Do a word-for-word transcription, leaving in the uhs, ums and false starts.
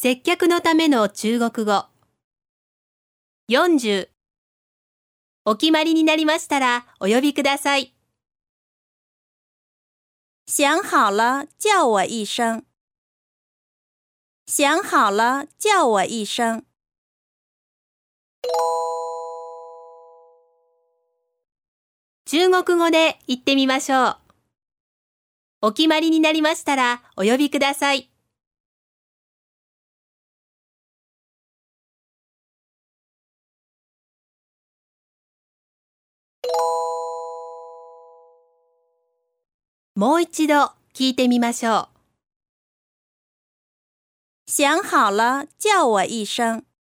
接客のための中国語。よんじゅう。お決まりになりましたらお呼びください。 想好了，叫我一声。想好了，叫我一声。 中国語で言ってみましょう。お決まりになりましたらお呼びください。もう一度聞いてみましょう。 想好了，叫我一声。